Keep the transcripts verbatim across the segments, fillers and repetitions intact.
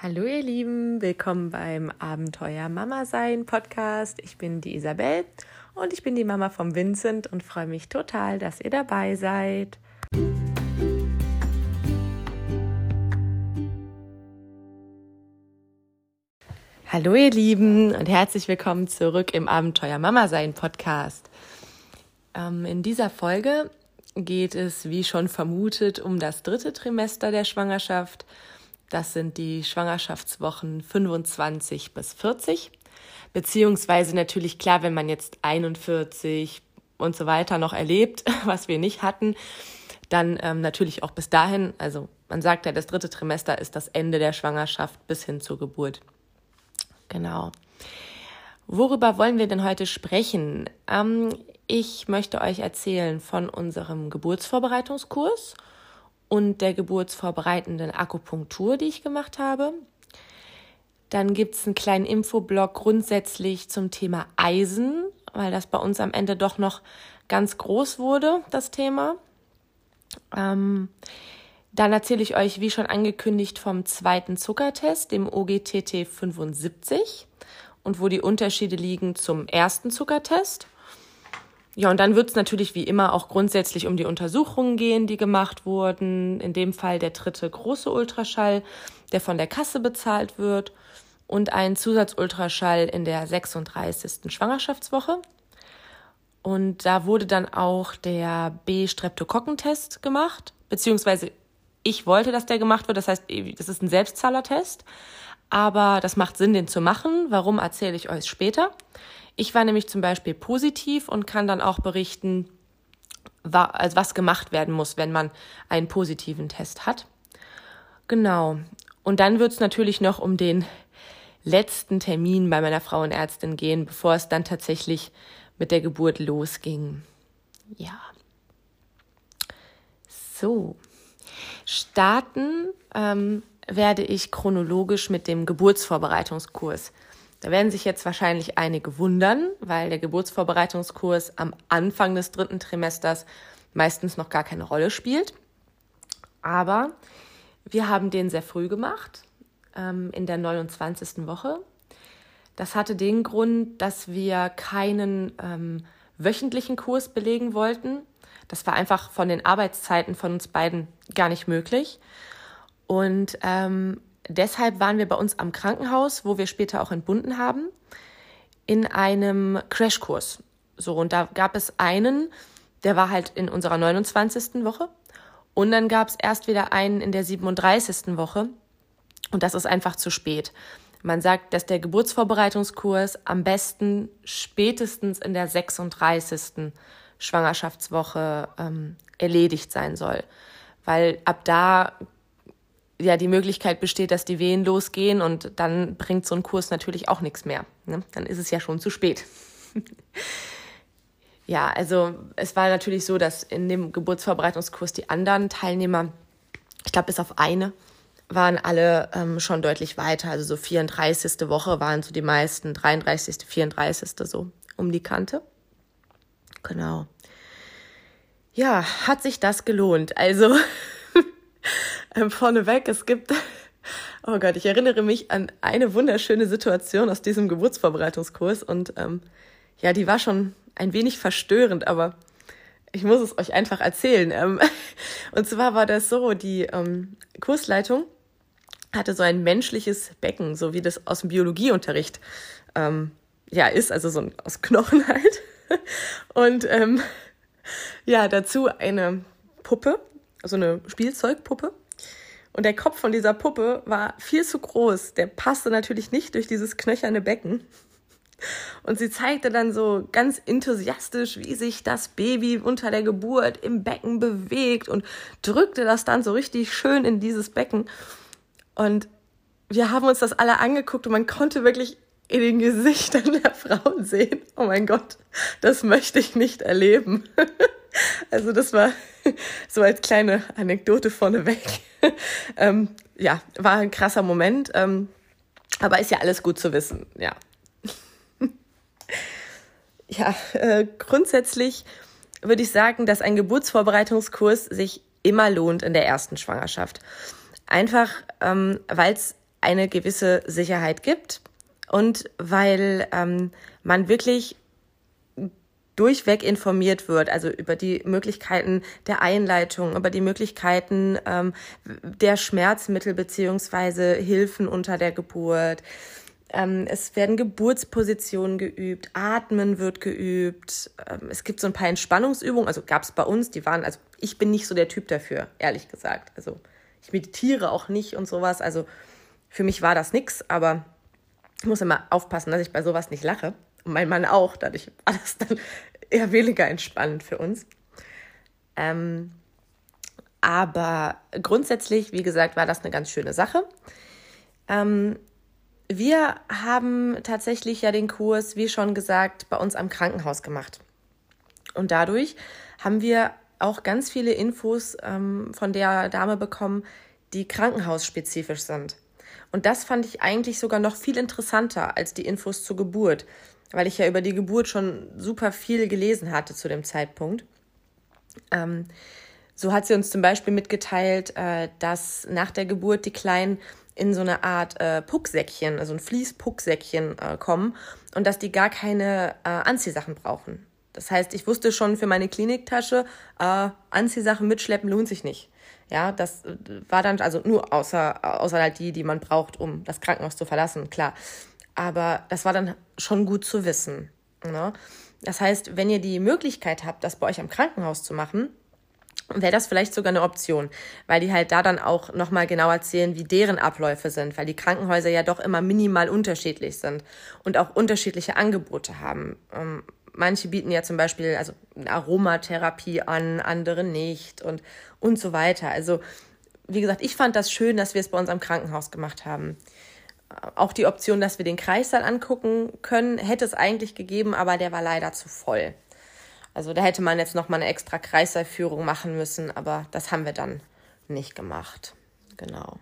Hallo ihr Lieben, willkommen beim Abenteuer Mama Sein Podcast. Ich bin die Isabel und ich bin die Mama vom Vincent und freue mich total, dass ihr dabei seid. Hallo ihr Lieben und herzlich willkommen zurück im Abenteuer Mama Sein Podcast. Ähm, in dieser Folge geht es, wie schon vermutet, um das dritte Trimester der Schwangerschaft. Das sind die Schwangerschaftswochen fünfundzwanzig bis vierzig, beziehungsweise natürlich klar, wenn man jetzt einundvierzig und so weiter noch erlebt, was wir nicht hatten, dann ähm, natürlich auch bis dahin. Also man sagt ja, das dritte Trimester ist das Ende der Schwangerschaft bis hin zur Geburt. Genau. Worüber wollen wir denn heute sprechen? Ähm, ich möchte euch erzählen von unserem Geburtsvorbereitungskurs und der geburtsvorbereitenden Akupunktur, die ich gemacht habe. Dann gibt es einen kleinen Infoblock grundsätzlich zum Thema Eisen, weil das bei uns am Ende doch noch ganz groß wurde, das Thema. Ähm, dann erzähle ich euch, wie schon angekündigt, vom zweiten Zuckertest, dem O G T T fünfundsiebzig und wo die Unterschiede liegen zum ersten Zuckertest. Ja, und dann wird es natürlich wie immer auch grundsätzlich um die Untersuchungen gehen, die gemacht wurden. In dem Fall der dritte große Ultraschall, der von der Kasse bezahlt wird, und ein Zusatzultraschall in der sechsunddreißigsten Schwangerschaftswoche. Und da wurde dann auch der B-Streptokokkentest gemacht, beziehungsweise ich wollte, dass der gemacht wird. Das heißt, das ist ein Selbstzahlertest, aber das macht Sinn, den zu machen. Warum, erzähle ich euch später. Ich war nämlich zum Beispiel positiv und kann dann auch berichten, was gemacht werden muss, wenn man einen positiven Test hat. Genau. Und dann wird es natürlich noch um den letzten Termin bei meiner Frauenärztin gehen, bevor es dann tatsächlich mit der Geburt losging. Ja. So. Starten ähm, werde ich chronologisch mit dem Geburtsvorbereitungskurs. Da werden sich jetzt wahrscheinlich einige wundern, weil der Geburtsvorbereitungskurs am Anfang des dritten Trimesters meistens noch gar keine Rolle spielt. Aber wir haben den sehr früh gemacht, ähm, in der neunundzwanzigsten Woche. Das hatte den Grund, dass wir keinen ähm, wöchentlichen Kurs belegen wollten. Das war einfach von den Arbeitszeiten von uns beiden gar nicht möglich. Und ähm, deshalb waren wir bei uns am Krankenhaus, wo wir später auch entbunden haben, in einem Crashkurs. So, und da gab es einen, der war halt in unserer neunundzwanzigsten Woche. Und dann gab es erst wieder einen in der siebenunddreißigsten Woche. Und das ist einfach zu spät. Man sagt, dass der Geburtsvorbereitungskurs am besten spätestens in der sechsunddreißigsten Schwangerschaftswoche ähm, erledigt sein soll. Weil ab da ja die Möglichkeit besteht, dass die Wehen losgehen und dann bringt so ein Kurs natürlich auch nichts mehr. Ne? Dann ist es ja schon zu spät. Ja, also es war natürlich so, dass in dem Geburtsvorbereitungskurs die anderen Teilnehmer, ich glaube bis auf eine, waren alle ähm, schon deutlich weiter. Also so vierunddreißigste Woche waren so die meisten, dreiunddreißigste, vierunddreißigste so um die Kante. Genau. Ja, hat sich das gelohnt. Also ähm, vorneweg, es gibt, oh Gott, ich erinnere mich an eine wunderschöne Situation aus diesem Geburtsvorbereitungskurs und ähm, ja, die war schon ein wenig verstörend, aber ich muss es euch einfach erzählen. Ähm, und zwar war das so, die ähm, Kursleitung hatte so ein menschliches Becken, so wie das aus dem Biologieunterricht ähm, ja ist, also so ein, aus Knochen halt. Und ähm, ja, dazu eine Puppe, so eine Spielzeugpuppe. Und der Kopf von dieser Puppe war viel zu groß. Der passte natürlich nicht durch dieses knöcherne Becken. Und sie zeigte dann so ganz enthusiastisch, wie sich das Baby unter der Geburt im Becken bewegt und drückte das dann so richtig schön in dieses Becken. Und wir haben uns das alle angeguckt und man konnte wirklich in den Gesichtern der Frauen sehen, oh mein Gott, das möchte ich nicht erleben. Also das war so als kleine Anekdote vorneweg. ähm, ja, war ein krasser Moment, ähm, aber ist ja alles gut zu wissen, ja. Ja, äh, grundsätzlich würde ich sagen, dass ein Geburtsvorbereitungskurs sich immer lohnt in der ersten Schwangerschaft. Einfach, ähm, weil es eine gewisse Sicherheit gibt und weil ähm, man wirklich durchweg informiert wird, also über die Möglichkeiten der Einleitung, über die Möglichkeiten ähm, der Schmerzmittel beziehungsweise Hilfen unter der Geburt. Ähm, es werden Geburtspositionen geübt, Atmen wird geübt. Ähm, es gibt so ein paar Entspannungsübungen, also gab es bei uns, die waren, also ich bin nicht so der Typ dafür, ehrlich gesagt. Also ich meditiere auch nicht und sowas, also für mich war das nix, aber ich muss immer aufpassen, dass ich bei sowas nicht lache. Und mein Mann auch, dadurch war das dann eher weniger entspannend für uns. Ähm, aber grundsätzlich, wie gesagt, war das eine ganz schöne Sache. Ähm, wir haben tatsächlich ja den Kurs, wie schon gesagt, bei uns am Krankenhaus gemacht. Und dadurch haben wir auch ganz viele Infos ähm, von der Dame bekommen, die krankenhausspezifisch sind. Und das fand ich eigentlich sogar noch viel interessanter als die Infos zur Geburt, weil ich ja über die Geburt schon super viel gelesen hatte zu dem Zeitpunkt. Ähm, so hat sie uns zum Beispiel mitgeteilt, äh, dass nach der Geburt die Kleinen in so eine Art äh, Pucksäckchen, also ein Fließpucksäckchen äh, kommen und dass die gar keine äh, Anziehsachen brauchen. Das heißt, ich wusste schon für meine Kliniktasche, äh, Anziehsachen mitschleppen lohnt sich nicht. Ja, das war dann also nur außer, außer halt die, die man braucht, um das Krankenhaus zu verlassen, klar. Aber das war dann schon gut zu wissen. Ne? Das heißt, wenn ihr die Möglichkeit habt, das bei euch am Krankenhaus zu machen, wäre das vielleicht sogar eine Option, weil die halt da dann auch nochmal genau erzählen, wie deren Abläufe sind, weil die Krankenhäuser ja doch immer minimal unterschiedlich sind und auch unterschiedliche Angebote haben. Ähm, manche bieten ja zum Beispiel also eine Aromatherapie an, andere nicht und, und so weiter. Also wie gesagt, ich fand das schön, dass wir es bei uns am Krankenhaus gemacht haben. Auch die Option, dass wir den Kreissaal angucken können, hätte es eigentlich gegeben, aber der war leider zu voll. Also da hätte man jetzt nochmal eine extra Kreissaalführung machen müssen, aber das haben wir dann nicht gemacht. Genau.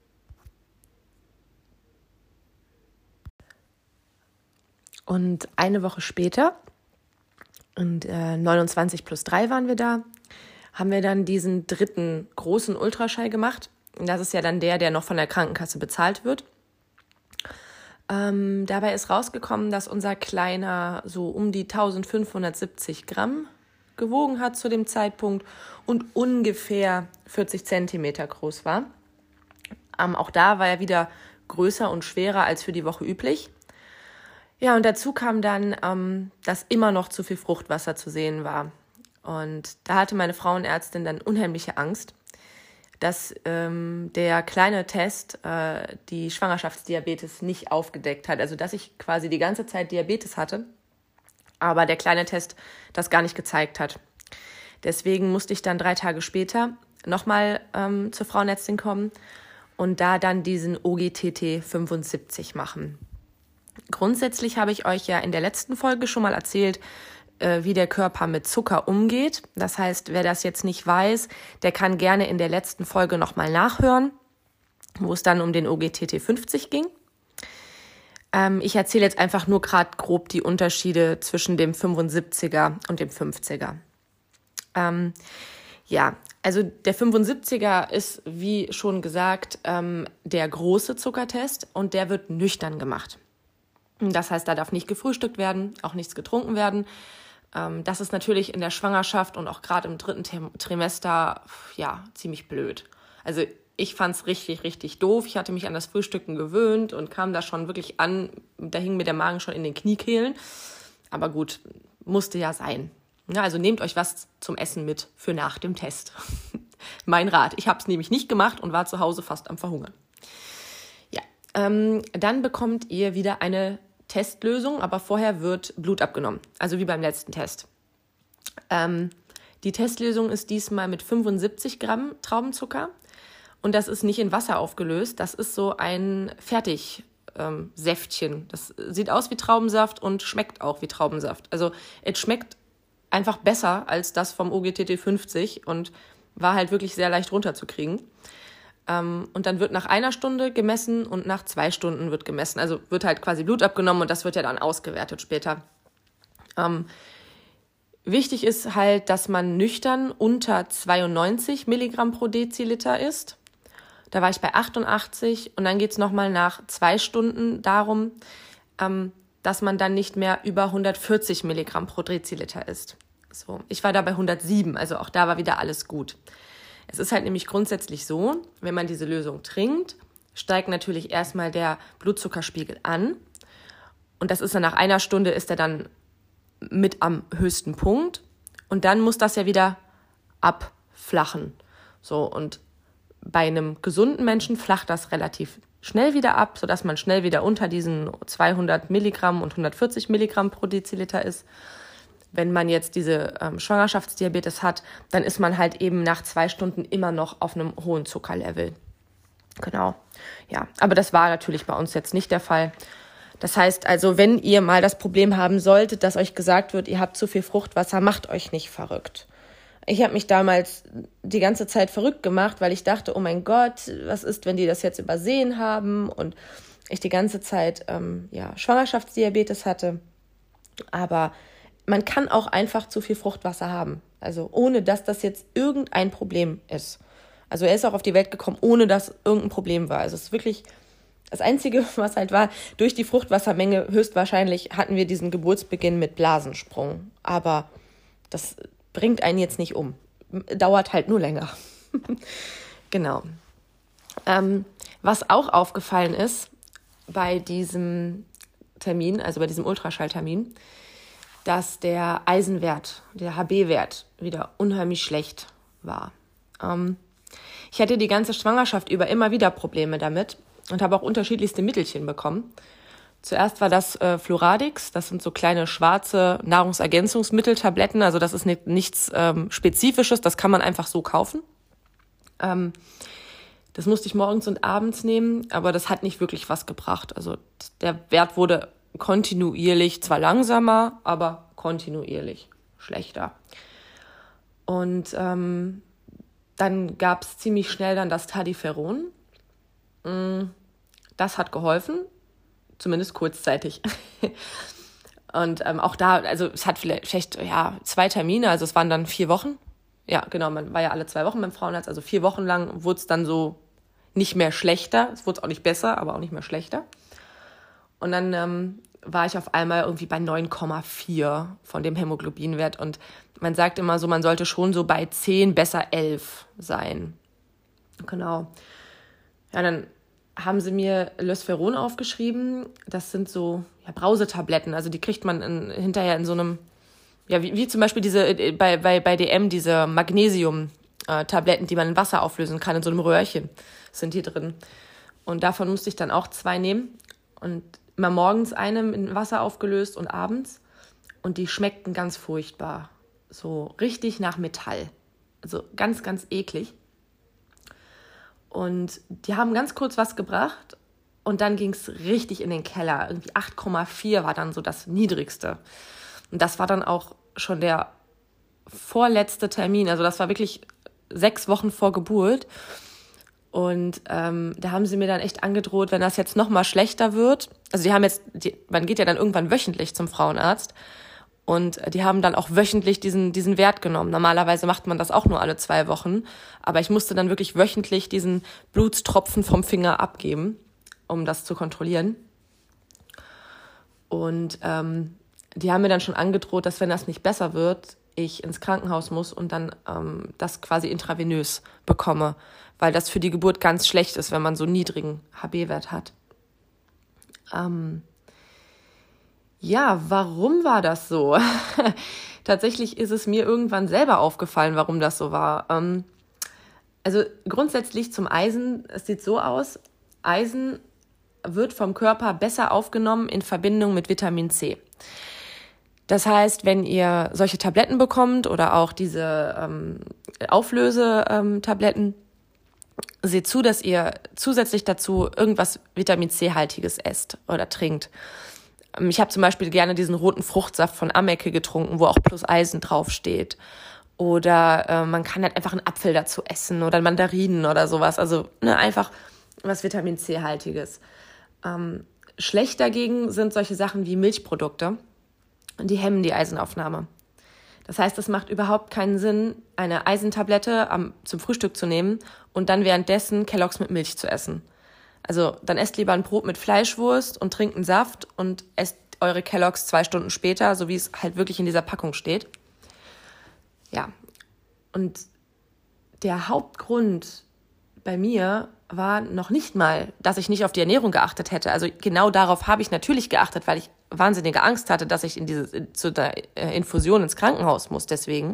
Und eine Woche später, und äh, neunundzwanzig plus drei waren wir da, haben wir dann diesen dritten großen Ultraschall gemacht. Und das ist ja dann der, der noch von der Krankenkasse bezahlt wird. Ähm, dabei ist rausgekommen, dass unser Kleiner so um die eintausendfünfhundertsiebzig Gramm gewogen hat zu dem Zeitpunkt und ungefähr vierzig Zentimeter groß war. Ähm, auch da war er wieder größer und schwerer als für die Woche üblich. Ja, und dazu kam dann, ähm, dass immer noch zu viel Fruchtwasser zu sehen war. Und da hatte meine Frauenärztin dann unheimliche Angst, dass ähm, der kleine Test äh, die Schwangerschaftsdiabetes nicht aufgedeckt hat. Also dass ich quasi die ganze Zeit Diabetes hatte, aber der kleine Test das gar nicht gezeigt hat. Deswegen musste ich dann drei Tage später nochmal ähm, zur Frauenärztin kommen und da dann diesen O G T T fünfundsiebzig machen. Grundsätzlich habe ich euch ja in der letzten Folge schon mal erzählt, wie der Körper mit Zucker umgeht. Das heißt, wer das jetzt nicht weiß, der kann gerne in der letzten Folge nochmal nachhören, wo es dann um den O G T T fünfzig ging. Ähm, ich erzähle jetzt einfach nur gerade grob die Unterschiede zwischen dem fünfundsiebziger und dem fünfziger. Ähm, ja, also der fünfundsiebziger ist, wie schon gesagt, ähm, der große Zuckertest und der wird nüchtern gemacht. Das heißt, da darf nicht gefrühstückt werden, auch nichts getrunken werden. Das ist natürlich in der Schwangerschaft und auch gerade im dritten Trimester ja ziemlich blöd. Also ich fand es richtig, richtig doof. Ich hatte mich an das Frühstücken gewöhnt und kam da schon wirklich an. Da hing mir der Magen schon in den Kniekehlen. Aber gut, musste ja sein. Ja, also nehmt euch was zum Essen mit für nach dem Test. Mein Rat. Ich habe es nämlich nicht gemacht und war zu Hause fast am Verhungern. Ja, ähm, dann bekommt ihr wieder eine Testlösung, aber vorher wird Blut abgenommen, also wie beim letzten Test. Ähm, die Testlösung ist diesmal mit fünfundsiebzig Gramm Traubenzucker und das ist nicht in Wasser aufgelöst, das ist so ein Fertigsäftchen. Ähm, das sieht aus wie Traubensaft und schmeckt auch wie Traubensaft. Also es schmeckt einfach besser als das vom O G T T fünfzig und war halt wirklich sehr leicht runterzukriegen. Ähm, und dann wird nach einer Stunde gemessen und nach zwei Stunden wird gemessen. Also wird halt quasi Blut abgenommen und das wird ja dann ausgewertet später. Ähm, wichtig ist halt, dass man nüchtern unter zweiundneunzig Milligramm pro Deziliter ist. Da war ich bei achtundachtzig und dann geht es nochmal nach zwei Stunden darum, ähm, dass man dann nicht mehr über hundertvierzig Milligramm pro Deziliter isst. So, ich war da bei hundertsieben, also auch da war wieder alles gut. Es ist halt nämlich grundsätzlich so, wenn man diese Lösung trinkt, steigt natürlich erstmal der Blutzuckerspiegel an und das ist dann nach einer Stunde ist er dann mit am höchsten Punkt und dann muss das ja wieder abflachen. So, und bei einem gesunden Menschen flacht das relativ schnell wieder ab, sodass man schnell wieder unter diesen zweihundert Milligramm und hundertvierzig Milligramm pro Deziliter ist. Wenn man jetzt diese ähm, Schwangerschaftsdiabetes hat, dann ist man halt eben nach zwei Stunden immer noch auf einem hohen Zuckerlevel. Genau, ja, aber das war natürlich bei uns jetzt nicht der Fall. Das heißt also, wenn ihr mal das Problem haben solltet, dass euch gesagt wird, ihr habt zu viel Fruchtwasser, macht euch nicht verrückt. Ich habe mich damals die ganze Zeit verrückt gemacht, weil ich dachte, oh mein Gott, was ist, wenn die das jetzt übersehen haben und ich die ganze Zeit ähm, ja, Schwangerschaftsdiabetes hatte. Aber man kann auch einfach zu viel Fruchtwasser haben, also ohne dass das jetzt irgendein Problem ist. Also er ist auch auf die Welt gekommen, ohne dass irgendein Problem war. Also es ist wirklich das Einzige, was halt war, durch die Fruchtwassermenge höchstwahrscheinlich hatten wir diesen Geburtsbeginn mit Blasensprung. Aber das bringt einen jetzt nicht um. Dauert halt nur länger. Genau. Ähm, was auch aufgefallen ist bei diesem Termin, also bei diesem Ultraschalltermin, dass der Eisenwert, der H B-Wert wieder unheimlich schlecht war. Ähm, ich hatte die ganze Schwangerschaft über immer wieder Probleme damit und habe auch unterschiedlichste Mittelchen bekommen. Zuerst war das äh, Floradix, das sind so kleine schwarze Nahrungsergänzungsmitteltabletten, also das ist nicht, nichts ähm, Spezifisches, das kann man einfach so kaufen. Ähm, das musste ich morgens und abends nehmen, aber das hat nicht wirklich was gebracht. Also der Wert wurde kontinuierlich, zwar langsamer, aber kontinuierlich schlechter. Und ähm, dann gab es ziemlich schnell dann das Tadipheron. Das hat geholfen. Zumindest kurzzeitig. Und ähm, auch da, also es hat vielleicht ja, zwei Termine, also es waren dann vier Wochen. Ja, genau, man war ja alle zwei Wochen beim Frauenarzt, also vier Wochen lang wurde es dann so nicht mehr schlechter. Es wurde auch nicht besser, aber auch nicht mehr schlechter. Und dann ähm, war ich auf einmal irgendwie bei neun Komma vier von dem Hämoglobinwert. Und man sagt immer so, man sollte schon so bei zehn, besser elf sein. Genau. Ja, dann haben sie mir Lösferon aufgeschrieben. Das sind so ja, Brausetabletten. Also die kriegt man in, hinterher in so einem, ja, wie, wie zum Beispiel diese bei, bei, bei D M, diese Magnesium-Tabletten, die man in Wasser auflösen kann, in so einem Röhrchen sind die drin. Und davon musste ich dann auch zwei nehmen. Und immer morgens eine in Wasser aufgelöst und abends. Und die schmeckten ganz furchtbar. So richtig nach Metall. Also ganz, ganz eklig. Und die haben ganz kurz was gebracht und dann ging es richtig in den Keller. Irgendwie acht Komma vier war dann so das Niedrigste. Und das war dann auch schon der vorletzte Termin. Also das war wirklich sechs Wochen vor Geburt. Und ähm, da haben sie mir dann echt angedroht, wenn das jetzt noch mal schlechter wird. Also die haben jetzt, die, man geht ja dann irgendwann wöchentlich zum Frauenarzt. Und die haben dann auch wöchentlich diesen, diesen Wert genommen. Normalerweise macht man das auch nur alle zwei Wochen. Aber ich musste dann wirklich wöchentlich diesen Blutstropfen vom Finger abgeben, um das zu kontrollieren. Und ähm, die haben mir dann schon angedroht, dass wenn das nicht besser wird, ich ins Krankenhaus muss und dann ähm, das quasi intravenös bekomme. Weil das für die Geburt ganz schlecht ist, wenn man so einen niedrigen H B-Wert hat. Ähm... Ja, warum war das so? Tatsächlich ist es mir irgendwann selber aufgefallen, warum das so war. Ähm, also grundsätzlich zum Eisen, es sieht so aus, Eisen wird vom Körper besser aufgenommen in Verbindung mit Vitamin C. Das heißt, wenn ihr solche Tabletten bekommt oder auch diese ähm, Auflösetabletten, seht zu, dass ihr zusätzlich dazu irgendwas Vitamin C-haltiges esst oder trinkt. Ich habe zum Beispiel gerne diesen roten Fruchtsaft von Amecke getrunken, wo auch plus Eisen draufsteht. Oder äh, man kann halt einfach einen Apfel dazu essen oder Mandarinen oder sowas. Also ne, einfach was Vitamin C-haltiges. Ähm, schlecht dagegen sind solche Sachen wie Milchprodukte. Die hemmen die Eisenaufnahme. Das heißt, es macht überhaupt keinen Sinn, eine Eisentablette am, zum Frühstück zu nehmen und dann währenddessen Kellogg's mit Milch zu essen. Also dann esst lieber ein Brot mit Fleischwurst und trinkt einen Saft und esst eure Kellogg's zwei Stunden später, so wie es halt wirklich in dieser Packung steht. Ja, und der Hauptgrund bei mir war noch nicht mal, dass ich nicht auf die Ernährung geachtet hätte. Also genau darauf habe ich natürlich geachtet, weil ich wahnsinnige Angst hatte, dass ich in diese, zu der Infusion ins Krankenhaus muss. Deswegen.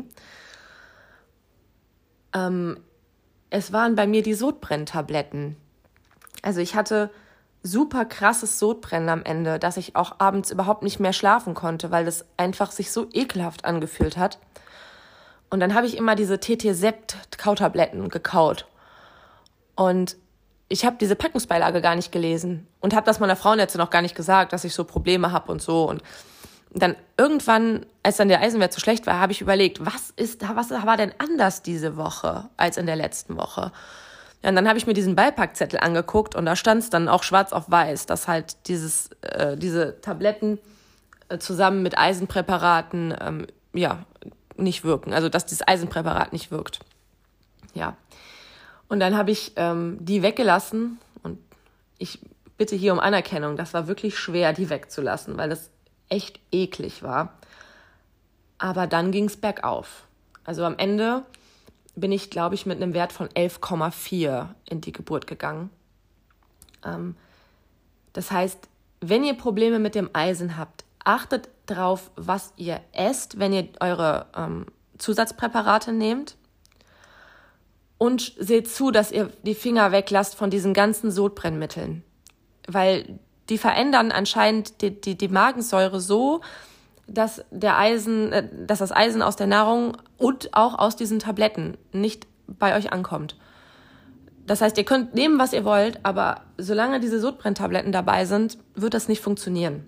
Ähm, es waren bei mir die Sodbrenntabletten. Also ich hatte super krasses Sodbrennen am Ende, dass ich auch abends überhaupt nicht mehr schlafen konnte, weil das einfach sich so ekelhaft angefühlt hat. Und dann habe ich immer diese T T-Sept-Kautabletten gekaut. Und ich habe diese Packungsbeilage gar nicht gelesen und habe das meiner Frauenärztin noch gar nicht gesagt, dass ich so Probleme habe und so. Und dann irgendwann, als dann der Eisenwert so schlecht war, habe ich überlegt, was ist da, was war denn anders diese Woche als in der letzten Woche? Ja, und dann habe ich mir diesen Beipackzettel angeguckt und da stand es dann auch schwarz auf weiß, dass halt dieses, äh, diese Tabletten äh, zusammen mit Eisenpräparaten ähm, ja nicht wirken, also dass dieses Eisenpräparat nicht wirkt. Ja. Und dann habe ich ähm, die weggelassen und ich bitte hier um Anerkennung. Das war wirklich schwer, die wegzulassen, weil das echt eklig war. Aber dann ging es bergauf. Also am Ende bin ich, glaube ich, mit einem Wert von elf Komma vier in die Geburt gegangen. Ähm, das heißt, wenn ihr Probleme mit dem Eisen habt, achtet drauf, was ihr esst, wenn ihr eure ähm, Zusatzpräparate nehmt. Und seht zu, dass ihr die Finger weglasst von diesen ganzen Sodbrennmitteln. Weil die verändern anscheinend die, die, die Magensäure so, dass, der Eisen, äh, dass das Eisen aus der Nahrung und auch aus diesen Tabletten nicht bei euch ankommt. Das heißt, ihr könnt nehmen, was ihr wollt, aber solange diese Sodbrenntabletten dabei sind, wird das nicht funktionieren.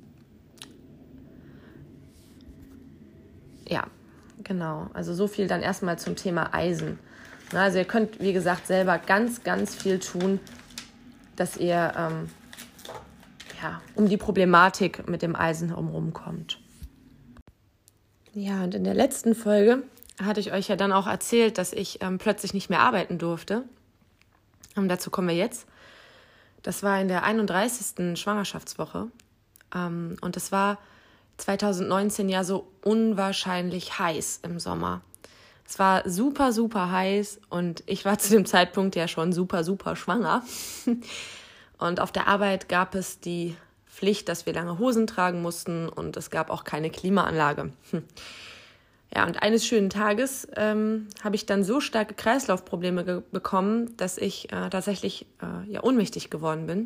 Ja, genau. Also so viel dann erstmal zum Thema Eisen. Also ihr könnt, wie gesagt, selber ganz, ganz viel tun, dass ihr ähm, ja, um die Problematik mit dem Eisen herum kommt. Ja, und in der letzten Folge hatte ich euch ja dann auch erzählt, dass ich ähm, plötzlich nicht mehr arbeiten durfte. Und dazu kommen wir jetzt. Das war in der einunddreißigsten Schwangerschaftswoche. Ähm, und es war zwanzig neunzehn ja so unwahrscheinlich heiß im Sommer. Es war super, super heiß und ich war zu dem Zeitpunkt ja schon super, super schwanger. Und auf der Arbeit gab es die Pflicht, dass wir lange Hosen tragen mussten und es gab auch keine Klimaanlage. Ja, und eines schönen Tages ähm, habe ich dann so starke Kreislaufprobleme ge- bekommen, dass ich äh, tatsächlich äh, ja, ohnmächtig geworden bin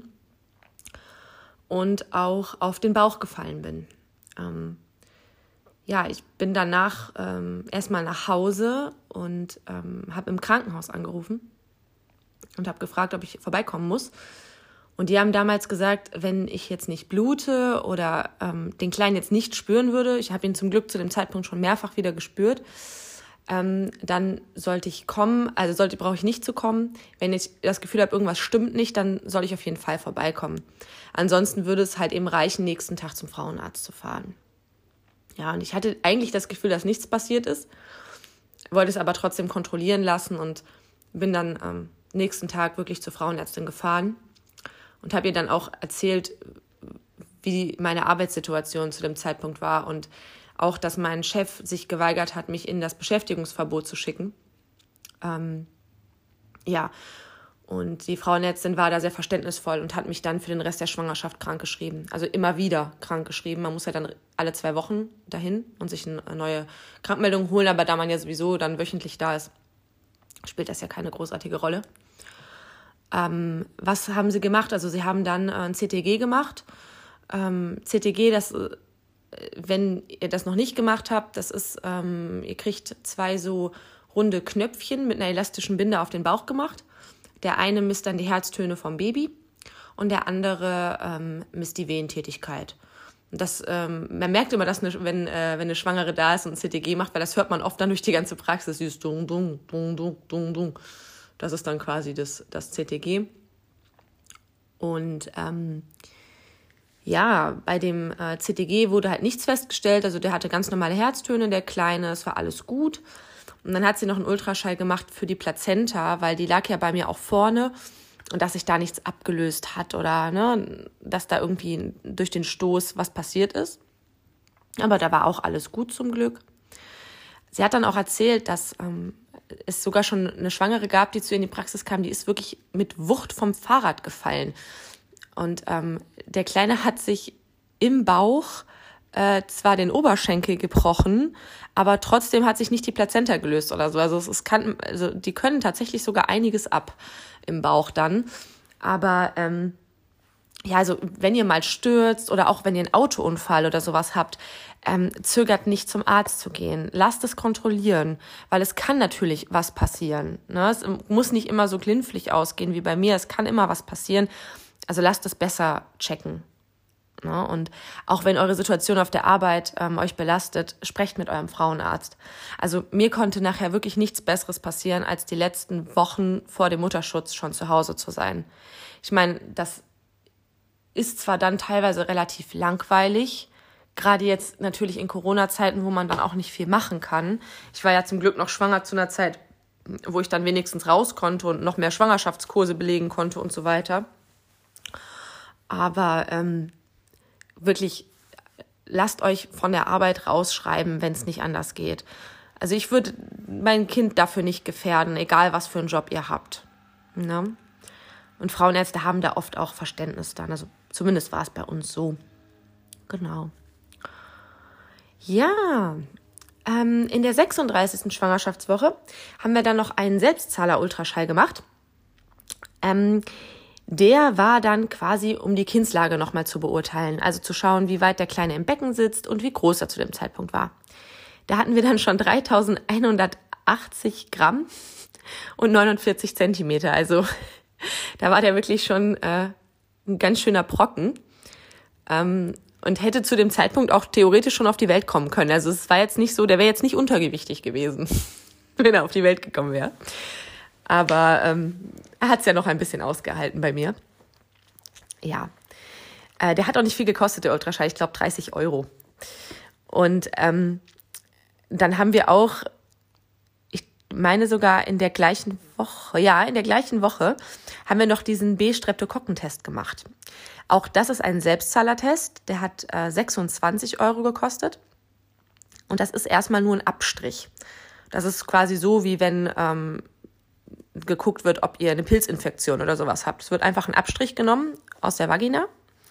und auch auf den Bauch gefallen bin. Ähm, Ja, ich bin danach ähm, erstmal nach Hause und ähm, habe im Krankenhaus angerufen und habe gefragt, ob ich vorbeikommen muss. Und die haben damals gesagt, wenn ich jetzt nicht blute oder ähm, den Kleinen jetzt nicht spüren würde, ich habe ihn zum Glück zu dem Zeitpunkt schon mehrfach wieder gespürt, ähm, dann sollte ich kommen, also sollte brauche ich nicht zu kommen. Wenn ich das Gefühl habe, irgendwas stimmt nicht, dann soll ich auf jeden Fall vorbeikommen. Ansonsten würde es halt eben reichen, nächsten Tag zum Frauenarzt zu fahren. Ja, und ich hatte eigentlich das Gefühl, dass nichts passiert ist, wollte es aber trotzdem kontrollieren lassen und bin dann am nächsten Tag wirklich zur Frauenärztin gefahren und habe ihr dann auch erzählt, wie meine Arbeitssituation zu dem Zeitpunkt war und auch, dass mein Chef sich geweigert hat, mich in das Beschäftigungsverbot zu schicken. Ähm, ja, und die Frauenärztin war da sehr verständnisvoll und hat mich dann für den Rest der Schwangerschaft krankgeschrieben. Also immer wieder krankgeschrieben. Man muss ja dann alle zwei Wochen dahin und sich eine neue Krankmeldung holen. Aber da man ja sowieso dann wöchentlich da ist, spielt das ja keine großartige Rolle. Ähm, was haben sie gemacht? Also sie haben dann ein C T G gemacht. Ähm, C T G, das, wenn ihr das noch nicht gemacht habt, das ist, ähm, ihr kriegt zwei so runde Knöpfchen mit einer elastischen Binde auf den Bauch gemacht. Der eine misst dann die Herztöne vom Baby und der andere ähm, misst die Wehentätigkeit. Und das, ähm, man merkt immer, dass eine, wenn, äh, wenn eine Schwangere da ist und ein C T G macht, weil das hört man oft dann durch die ganze Praxis, dieses Dung, Dung, Dung, Dung, Dung, Dung. Das ist dann quasi das, das C T G. Und ähm, ja, bei dem äh, C T G wurde halt nichts festgestellt. Also der hatte ganz normale Herztöne, der Kleine, es war alles gut. Und dann hat sie noch einen Ultraschall gemacht für die Plazenta, weil die lag ja bei mir auch vorne und dass sich da nichts abgelöst hat oder ne, dass da irgendwie durch den Stoß was passiert ist. Aber da war auch alles gut zum Glück. Sie hat dann auch erzählt, dass ähm, es sogar schon eine Schwangere gab, die zu ihr in die Praxis kam, die ist wirklich mit Wucht vom Fahrrad gefallen. Und ähm, der Kleine hat sich im Bauch äh, zwar den Oberschenkel gebrochen, aber trotzdem hat sich nicht die Plazenta gelöst oder so. Also es, es kann, also die können tatsächlich sogar einiges ab im Bauch dann. Aber ähm, ja, also wenn ihr mal stürzt oder auch wenn ihr einen Autounfall oder sowas habt, ähm, zögert nicht zum Arzt zu gehen. Lasst es kontrollieren, weil es kann natürlich was passieren. Ne? Es muss nicht immer so glimpflich ausgehen wie bei mir. Es kann immer was passieren. Also lasst es besser checken. Ne? Und auch wenn eure Situation auf der Arbeit ähm, euch belastet, sprecht mit eurem Frauenarzt. Also mir konnte nachher wirklich nichts Besseres passieren, als die letzten Wochen vor dem Mutterschutz schon zu Hause zu sein. Ich meine, das ist zwar dann teilweise relativ langweilig, gerade jetzt natürlich in Corona-Zeiten, wo man dann auch nicht viel machen kann. Ich war ja zum Glück noch schwanger zu einer Zeit, wo ich dann wenigstens raus konnte und noch mehr Schwangerschaftskurse belegen konnte und so weiter. Aber ähm, wirklich, lasst euch von der Arbeit rausschreiben, wenn es nicht anders geht. Also ich würde mein Kind dafür nicht gefährden, egal was für einen Job ihr habt. Ne? Und Frauenärzte haben da oft auch Verständnis dann. Also zumindest war es bei uns so. Genau. Ja, ähm, in der sechsunddreißigsten Schwangerschaftswoche haben wir dann noch einen Selbstzahler-Ultraschall gemacht. Ähm, der war dann quasi, um die Kindslage nochmal zu beurteilen. Also zu schauen, wie weit der Kleine im Becken sitzt und wie groß er zu dem Zeitpunkt war. Da hatten wir dann schon dreitausendeinhundertachtzig Gramm und neunundvierzig Zentimeter. Also da war der wirklich schon äh, ein ganz schöner Brocken ähm, und hätte zu dem Zeitpunkt auch theoretisch schon auf die Welt kommen können. Also es war jetzt nicht so, der wäre jetzt nicht untergewichtig gewesen, wenn er auf die Welt gekommen wäre. Aber ähm, er hat es ja noch ein bisschen ausgehalten bei mir. Ja, äh, der hat auch nicht viel gekostet, der Ultraschall. Ich glaube dreißig Euro. Und ähm, dann haben wir auch, ich meine sogar in der gleichen Woche, ja, in der gleichen Woche haben wir noch diesen B-Streptokokken-Test gemacht. Auch das ist ein Selbstzahlertest, der hat äh, sechsundzwanzig Euro gekostet. Und das ist erstmal nur ein Abstrich. Das ist quasi so, wie wenn ähm, geguckt wird, ob ihr eine Pilzinfektion oder sowas habt. Es wird einfach ein Abstrich genommen aus der Vagina.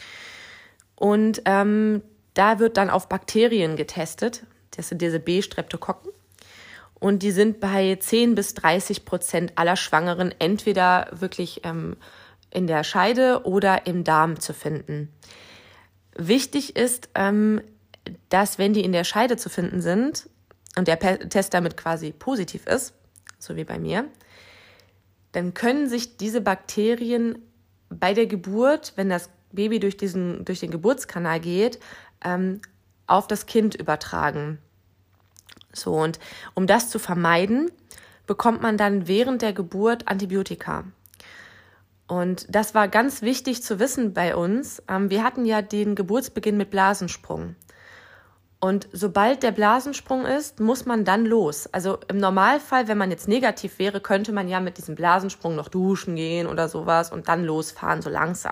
Und ähm, da wird dann auf Bakterien getestet. Das sind diese B-Streptokokken. Und die sind bei zehn bis dreißig Prozent aller Schwangeren entweder wirklich ähm, in der Scheide oder im Darm zu finden. Wichtig ist, ähm, dass wenn die in der Scheide zu finden sind und der Pe- Test damit quasi positiv ist, so wie bei mir, dann können sich diese Bakterien bei der Geburt, wenn das Baby durch diesen, durch den Geburtskanal geht, ähm, auf das Kind übertragen. So, und um das zu vermeiden, bekommt man dann während der Geburt Antibiotika. Und das war ganz wichtig zu wissen bei uns. Ähm, wir hatten ja den Geburtsbeginn mit Blasensprung. Und sobald der Blasensprung ist, muss man dann los. Also im Normalfall, wenn man jetzt negativ wäre, könnte man ja mit diesem Blasensprung noch duschen gehen oder sowas und dann losfahren, so langsam.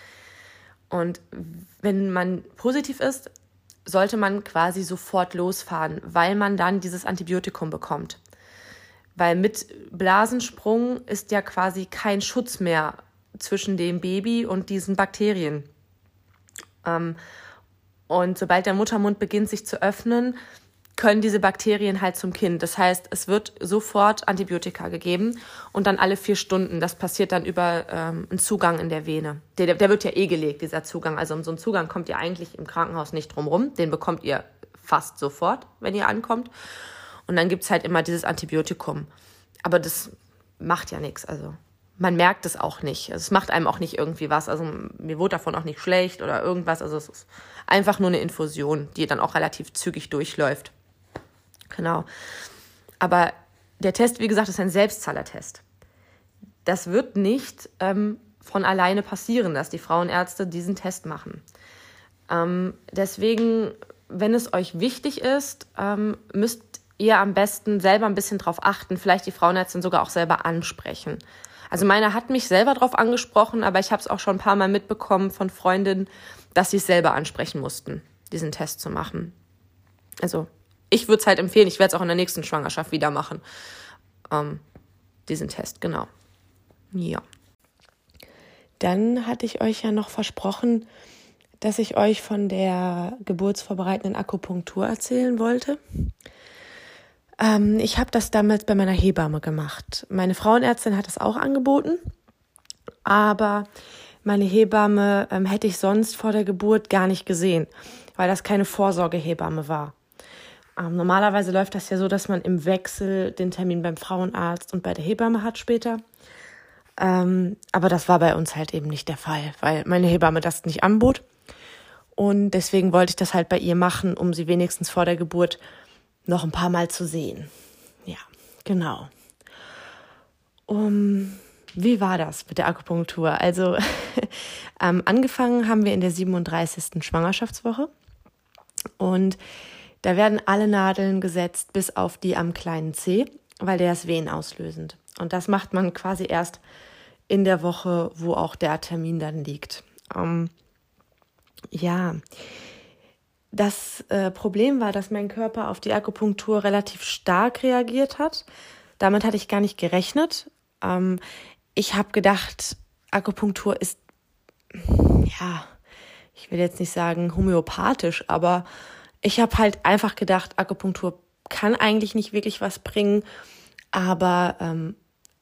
Und wenn man positiv ist, sollte man quasi sofort losfahren, weil man dann dieses Antibiotikum bekommt. Weil mit Blasensprung ist ja quasi kein Schutz mehr zwischen dem Baby und diesen Bakterien. Ähm, und sobald der Muttermund beginnt, sich zu öffnen, können diese Bakterien halt zum Kind. Das heißt, es wird sofort Antibiotika gegeben und dann alle vier Stunden. Das passiert dann über ähm, einen Zugang in der Vene. Der, der wird ja eh gelegt, dieser Zugang. Also um so einen Zugang kommt ihr eigentlich im Krankenhaus nicht drum rum. Den bekommt ihr fast sofort, wenn ihr ankommt. Und dann gibt's halt immer dieses Antibiotikum. Aber das macht ja nichts. Also man merkt es auch nicht. Also es macht einem auch nicht irgendwie was. Also mir wurde davon auch nicht schlecht oder irgendwas. Also es ist einfach nur eine Infusion, die dann auch relativ zügig durchläuft. Genau. Aber der Test, wie gesagt, ist ein Selbstzahlertest. Das wird nicht ähm, von alleine passieren, dass die Frauenärzte diesen Test machen. Ähm, deswegen, wenn es euch wichtig ist, ähm, müsst ihr am besten selber ein bisschen drauf achten, vielleicht die Frauenärztin sogar auch selber ansprechen. Also meine hat mich selber drauf angesprochen, aber ich habe es auch schon ein paar Mal mitbekommen von Freundinnen, dass sie es selber ansprechen mussten, diesen Test zu machen. Also ich würde es halt empfehlen, ich werde es auch in der nächsten Schwangerschaft wieder machen, ähm, diesen Test, genau. Ja. Dann hatte ich euch ja noch versprochen, dass ich euch von der geburtsvorbereitenden Akupunktur erzählen wollte. Ähm, ich habe das damals bei meiner Hebamme gemacht. Meine Frauenärztin hat das auch angeboten, aber meine Hebamme ähm, hätte ich sonst vor der Geburt gar nicht gesehen, weil das keine Vorsorgehebamme war. Ähm, normalerweise läuft das ja so, dass man im Wechsel den Termin beim Frauenarzt und bei der Hebamme hat später. Ähm, aber das war bei uns halt eben nicht der Fall, weil meine Hebamme das nicht anbot. Und deswegen wollte ich das halt bei ihr machen, um sie wenigstens vor der Geburt noch ein paar Mal zu sehen. Ja, genau. Um, wie war das mit der Akupunktur? Also ähm, angefangen haben wir in der siebenunddreißigsten Schwangerschaftswoche. Und da werden alle Nadeln gesetzt, bis auf die am kleinen Zeh, weil der ist venenauslösend. Und das macht man quasi erst in der Woche, wo auch der Termin dann liegt. Ähm, ja, das äh, Problem war, dass mein Körper auf die Akupunktur relativ stark reagiert hat. Damit hatte ich gar nicht gerechnet. Ähm, ich habe gedacht, Akupunktur ist, ja, ich will jetzt nicht sagen homöopathisch, aber ich habe halt einfach gedacht, Akupunktur kann eigentlich nicht wirklich was bringen, aber ähm,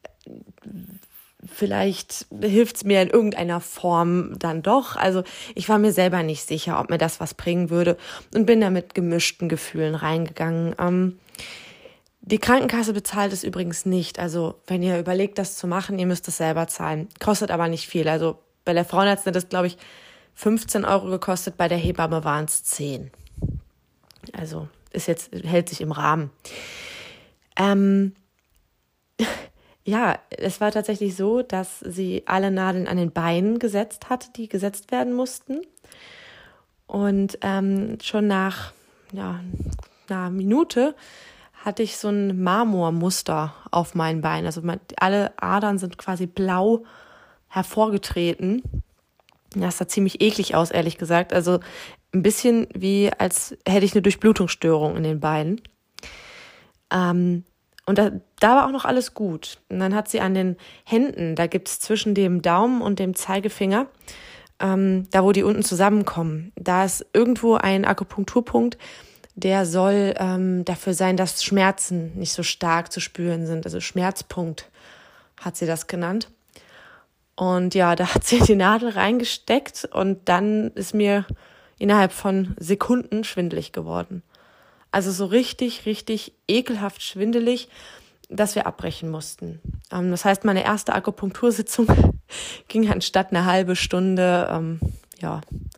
vielleicht hilft es mir in irgendeiner Form dann doch. Also ich war mir selber nicht sicher, ob mir das was bringen würde und bin da mit gemischten Gefühlen reingegangen. Ähm, die Krankenkasse bezahlt es übrigens nicht. Also wenn ihr überlegt, das zu machen, ihr müsst es selber zahlen. Kostet aber nicht viel. Also bei der Frauenärztin hat das, glaube ich, fünfzehn Euro gekostet, bei der Hebamme waren es zehn. Also ist jetzt, hält sich im Rahmen. Ähm, ja, es war tatsächlich so, dass sie alle Nadeln an den Beinen gesetzt hat, die gesetzt werden mussten. Und ähm, schon nach ja, einer Minute hatte ich so ein Marmormuster auf meinen Beinen. Also mein, alle Adern sind quasi blau hervorgetreten. Das sah ziemlich eklig aus, ehrlich gesagt. Also ein bisschen wie, als hätte ich eine Durchblutungsstörung in den Beinen. Ähm, und da, da war auch noch alles gut. Und dann hat sie an den Händen, da gibt es zwischen dem Daumen und dem Zeigefinger, ähm, da wo die unten zusammenkommen, da ist irgendwo ein Akupunkturpunkt, der soll ähm, dafür sein, dass Schmerzen nicht so stark zu spüren sind. Also Schmerzpunkt hat sie das genannt. Und ja, da hat sie die Nadel reingesteckt und dann ist mir innerhalb von Sekunden schwindelig geworden. Also so richtig, richtig ekelhaft schwindelig, dass wir abbrechen mussten. Ähm, das heißt, meine erste Akupunktursitzung ging anstatt eine halbe Stunde, ähm, ja,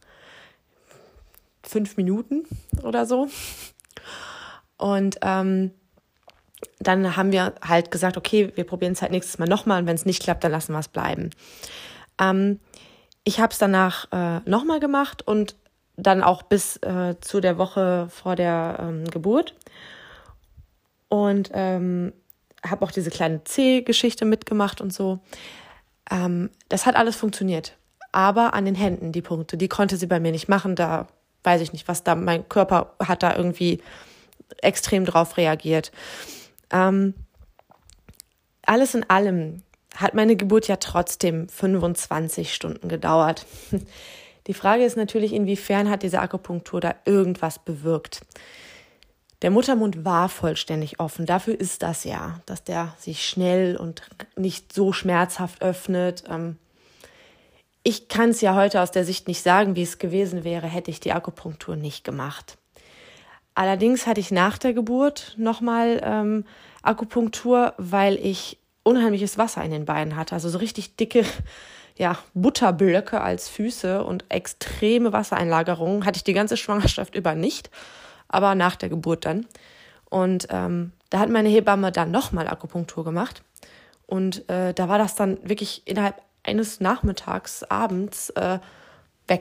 fünf Minuten oder so. Und ähm, dann haben wir halt gesagt, okay, wir probieren es halt nächstes Mal nochmal und wenn es nicht klappt, dann lassen wir es bleiben. Ähm, ich habe es danach äh, nochmal gemacht und dann auch bis äh, zu der Woche vor der ähm, Geburt und ähm, habe auch diese kleine C-Geschichte mitgemacht und so. Ähm, das hat alles funktioniert, aber an den Händen die Punkte, die konnte sie bei mir nicht machen, da weiß ich nicht, was da, mein Körper hat da irgendwie extrem drauf reagiert. Ähm, alles in allem hat meine Geburt ja trotzdem fünfundzwanzig Stunden gedauert. Die Frage ist natürlich, inwiefern hat diese Akupunktur da irgendwas bewirkt. Der Muttermund war vollständig offen. Dafür ist das ja, dass der sich schnell und nicht so schmerzhaft öffnet. Ich kann es ja heute aus der Sicht nicht sagen, wie es gewesen wäre, hätte ich die Akupunktur nicht gemacht. Allerdings hatte ich nach der Geburt nochmal ähm, Akupunktur, weil ich unheimliches Wasser in den Beinen hatte. Also so richtig dicke ja, Butterblöcke als Füße und extreme Wassereinlagerungen hatte ich die ganze Schwangerschaft über nicht, aber nach der Geburt dann. Und ähm, da hat meine Hebamme dann nochmal Akupunktur gemacht. Und äh, da war das dann wirklich innerhalb eines Nachmittags, abends äh, weg.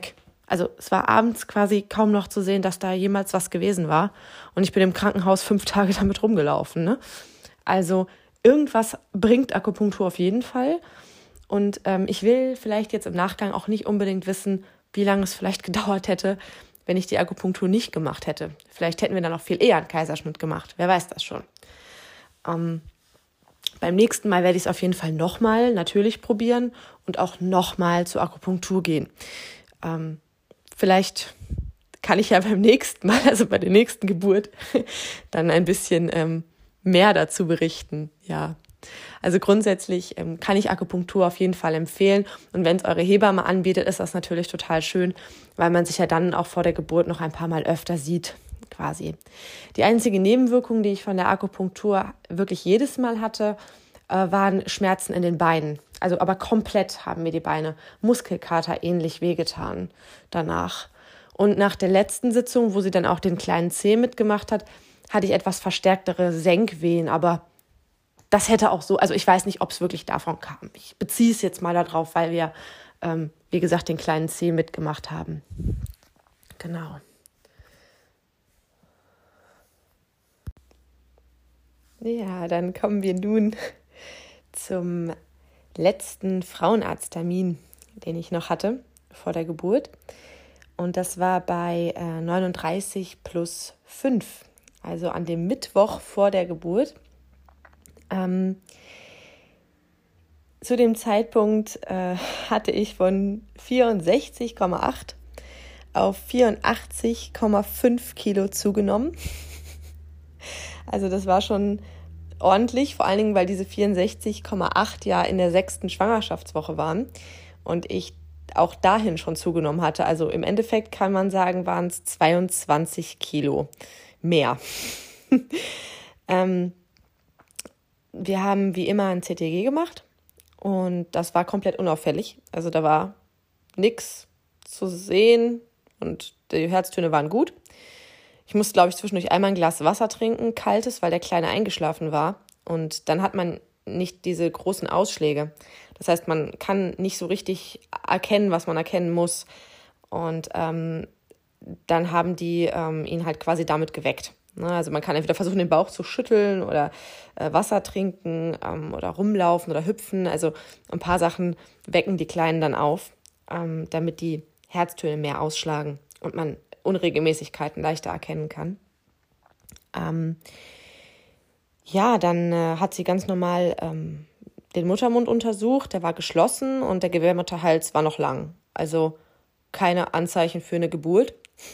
Also es war abends quasi kaum noch zu sehen, dass da jemals was gewesen war. Und ich bin im Krankenhaus fünf Tage damit rumgelaufen. Ne? Also irgendwas bringt Akupunktur auf jeden Fall. Und ähm, ich will vielleicht jetzt im Nachgang auch nicht unbedingt wissen, wie lange es vielleicht gedauert hätte, wenn ich die Akupunktur nicht gemacht hätte. Vielleicht hätten wir dann noch viel eher einen Kaiserschnitt gemacht. Wer weiß das schon. Ähm, beim nächsten Mal werde ich es auf jeden Fall nochmal natürlich probieren und auch nochmal zur Akupunktur gehen. Ähm, vielleicht kann ich ja beim nächsten Mal, also bei der nächsten Geburt, dann ein bisschen ähm, mehr dazu berichten. Ja, also grundsätzlich ähm, kann ich Akupunktur auf jeden Fall empfehlen. Und wenn es eure Hebamme anbietet, ist das natürlich total schön, weil man sich ja dann auch vor der Geburt noch ein paar Mal öfter sieht, quasi. Die einzige Nebenwirkung, die ich von der Akupunktur wirklich jedes Mal hatte, äh, waren Schmerzen in den Beinen. Also aber komplett haben mir die Beine Muskelkater ähnlich wehgetan danach. Und nach der letzten Sitzung, wo sie dann auch den kleinen Zeh mitgemacht hat, hatte ich etwas verstärktere Senkwehen, aber das hätte auch so, also ich weiß nicht, ob es wirklich davon kam. Ich beziehe es jetzt mal darauf, weil wir, ähm, wie gesagt, den kleinen Zeh mitgemacht haben. Genau. Ja, dann kommen wir nun zum letzten Frauenarzttermin, den ich noch hatte vor der Geburt. Und das war bei äh, neununddreißig plus fünf, also an dem Mittwoch vor der Geburt. Ähm, zu dem Zeitpunkt äh, hatte ich von vierundsechzig Komma acht auf vierundachtzig Komma fünf Kilo zugenommen. Also das war schon ordentlich, vor allen Dingen, weil diese vierundsechzig Komma acht ja in der sechsten Schwangerschaftswoche waren und ich auch dahin schon zugenommen hatte. Also im Endeffekt kann man sagen, waren es zweiundzwanzig Kilo mehr. ähm, wir haben wie immer ein C T G gemacht und das war komplett unauffällig. Also da war nichts zu sehen und die Herztöne waren gut. Ich musste, glaube ich, zwischendurch einmal ein Glas Wasser trinken, kaltes, weil der Kleine eingeschlafen war. Und dann hat man nicht diese großen Ausschläge. Das heißt, man kann nicht so richtig erkennen, was man erkennen muss. Und ähm, dann haben die ähm, ihn halt quasi damit geweckt. Ne? Also man kann entweder versuchen, den Bauch zu schütteln oder äh, Wasser trinken ähm, oder rumlaufen oder hüpfen. Also ein paar Sachen wecken die Kleinen dann auf, ähm, damit die Herztöne mehr ausschlagen und man Unregelmäßigkeiten leichter erkennen kann. Ähm, ja, dann äh, hat sie ganz normal ähm, den Muttermund untersucht, der war geschlossen und der Gebärmutterhals war noch lang. Also keine Anzeichen für eine Geburt.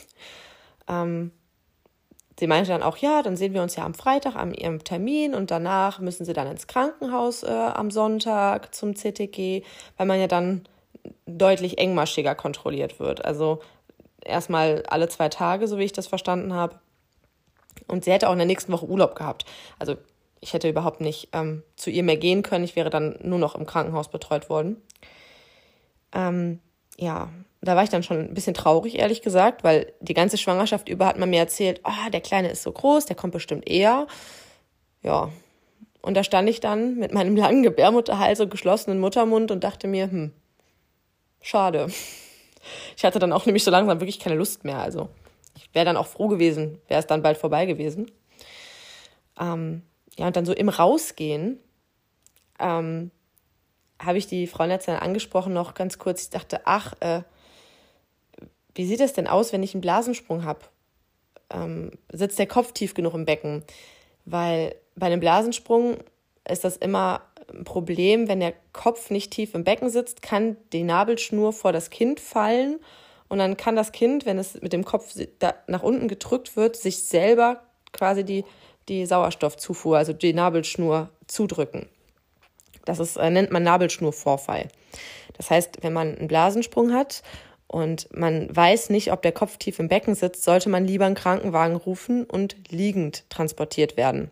Ähm, sie meinte dann auch, ja, dann sehen wir uns ja am Freitag an ihrem Termin und danach müssen sie dann ins Krankenhaus äh, am Sonntag zum C T G, weil man ja dann deutlich engmaschiger kontrolliert wird. Also erstmal alle zwei Tage, so wie ich das verstanden habe. Und sie hätte auch in der nächsten Woche Urlaub gehabt. Also ich hätte überhaupt nicht ähm, zu ihr mehr gehen können. Ich wäre dann nur noch im Krankenhaus betreut worden. Ähm, ja, da war ich dann schon ein bisschen traurig, ehrlich gesagt, weil die ganze Schwangerschaft über hat man mir erzählt, oh, der Kleine ist so groß, der kommt bestimmt eher. Ja, und da stand ich dann mit meinem langen Gebärmutterhals und geschlossenen Muttermund und dachte mir, hm, schade. Ich hatte dann auch nämlich so langsam wirklich keine Lust mehr. Also ich wäre dann auch froh gewesen, wäre es dann bald vorbei gewesen. Ähm, ja, und dann so im Rausgehen ähm, habe ich die Frauenärztin angesprochen noch ganz kurz. Ich dachte, ach, äh, wie sieht es denn aus, wenn ich einen Blasensprung habe? Ähm, sitzt der Kopf tief genug im Becken? Weil bei einem Blasensprung ist das immer ein Problem, wenn der Kopf nicht tief im Becken sitzt, kann die Nabelschnur vor das Kind fallen und dann kann das Kind, wenn es mit dem Kopf da nach unten gedrückt wird, sich selber quasi die, die Sauerstoffzufuhr, also die Nabelschnur zudrücken. Das ist, äh, nennt man Nabelschnurvorfall. Das heißt, wenn man einen Blasensprung hat und man weiß nicht, ob der Kopf tief im Becken sitzt, sollte man lieber einen Krankenwagen rufen und liegend transportiert werden.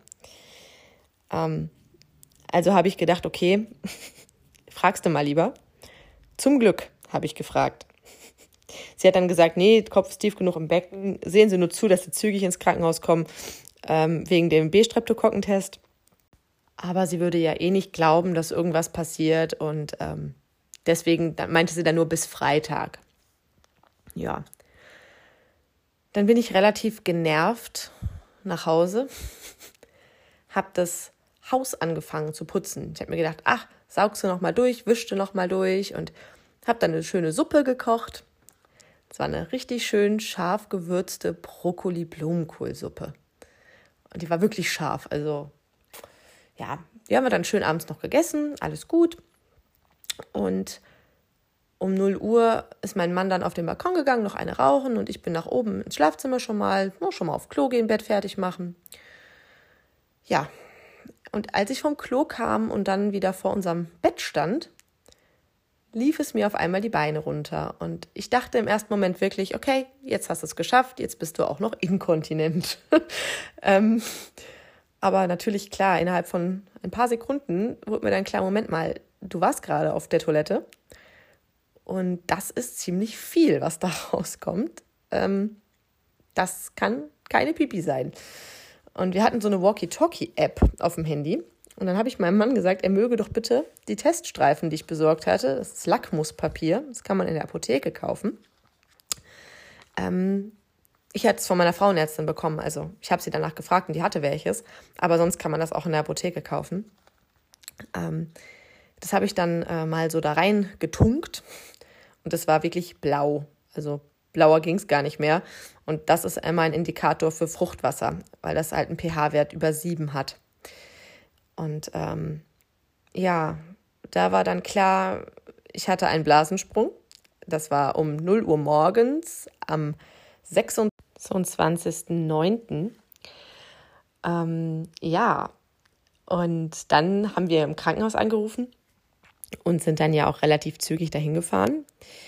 Ähm, Also habe ich gedacht, okay, fragst du mal lieber. Zum Glück habe ich gefragt. Sie hat dann gesagt, nee, Kopf ist tief genug im Becken. Sehen Sie nur zu, dass Sie zügig ins Krankenhaus kommen, ähm, wegen dem B-Streptokokkentest. Aber sie würde ja eh nicht glauben, dass irgendwas passiert. Und ähm, deswegen meinte sie dann nur bis Freitag. Ja, dann bin ich relativ genervt nach Hause, habe das Haus angefangen zu putzen. Ich habe mir gedacht, ach, saugst du noch mal durch, wischst du noch mal durch und habe dann eine schöne Suppe gekocht. Es war eine richtig schön scharf gewürzte Brokkoli-Blumenkohlsuppe. Und die war wirklich scharf. Also ja, die haben wir dann schön abends noch gegessen, alles gut. Und um null Uhr ist mein Mann dann auf den Balkon gegangen, noch eine rauchen und ich bin nach oben ins Schlafzimmer schon mal, oh, schon mal auf Klo gehen, Bett fertig machen. Ja, und als ich vom Klo kam und dann wieder vor unserem Bett stand, lief es mir auf einmal die Beine runter. Und ich dachte im ersten Moment wirklich, okay, jetzt hast du es geschafft, jetzt bist du auch noch inkontinent. ähm, aber natürlich, klar, innerhalb von ein paar Sekunden wurde mir dann klar, Moment mal, du warst gerade auf der Toilette. Und das ist ziemlich viel, was da rauskommt. Ähm, das kann keine Pipi sein. Und wir hatten so eine Walkie-Talkie-App auf dem Handy. Und dann habe ich meinem Mann gesagt, er möge doch bitte die Teststreifen, die ich besorgt hatte, das ist Lackmuspapier, das kann man in der Apotheke kaufen. Ähm, ich hatte es von meiner Frauenärztin bekommen, also ich habe sie danach gefragt und die hatte welches. Aber sonst kann man das auch in der Apotheke kaufen. Ähm, das habe ich dann äh, mal so da rein getunkt. Und es war wirklich blau, also blauer ging es gar nicht mehr. Und das ist einmal ein Indikator für Fruchtwasser, weil das halt einen pH-Wert über sieben hat. Und ähm, ja, da war dann klar, ich hatte einen Blasensprung. Das war um null Uhr morgens am sechsundzwanzigsten neunten Ähm, ja, und dann haben wir im Krankenhaus angerufen und sind dann ja auch relativ zügig dahin gefahren.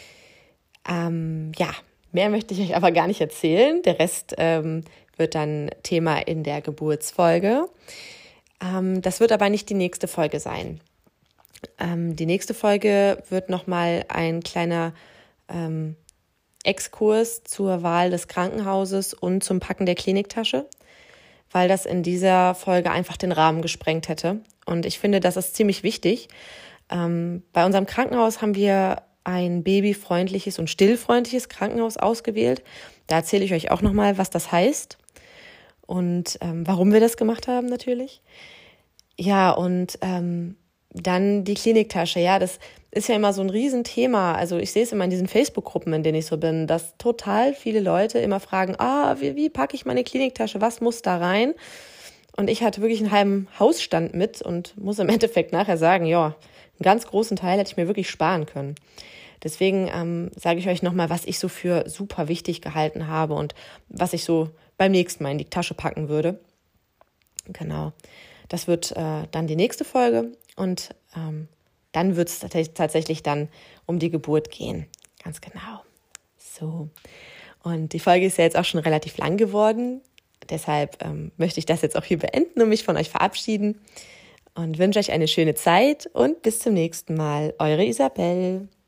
Ähm, ja, mehr möchte ich euch aber gar nicht erzählen. Der Rest ähm, wird dann Thema in der Geburtsfolge. Ähm, das wird aber nicht die nächste Folge sein. Ähm, die nächste Folge wird nochmal ein kleiner ähm, Exkurs zur Wahl des Krankenhauses und zum Packen der Kliniktasche, weil das in dieser Folge einfach den Rahmen gesprengt hätte. Und ich finde, das ist ziemlich wichtig. Ähm, bei unserem Krankenhaus haben wir ein babyfreundliches und stillfreundliches Krankenhaus ausgewählt. Da erzähle ich euch auch nochmal, was das heißt und ähm, warum wir das gemacht haben natürlich. Ja, und ähm, dann die Kliniktasche. Ja, das ist ja immer so ein Riesenthema. Also ich sehe es immer in diesen Facebook-Gruppen, in denen ich so bin, dass total viele Leute immer fragen, ah, wie, wie packe ich meine Kliniktasche, was muss da rein? Und ich hatte wirklich einen halben Hausstand mit und muss im Endeffekt nachher sagen, ja, einen ganz großen Teil hätte ich mir wirklich sparen können. Deswegen ähm, sage ich euch nochmal, was ich so für super wichtig gehalten habe und was ich so beim nächsten Mal in die Tasche packen würde. Genau, das wird äh, dann die nächste Folge und ähm, dann wird es t- tatsächlich dann um die Geburt gehen. Ganz genau. So, und die Folge ist ja jetzt auch schon relativ lang geworden. Deshalb ähm, möchte ich das jetzt auch hier beenden und mich von euch verabschieden und wünsche euch eine schöne Zeit und bis zum nächsten Mal. Eure Isabel.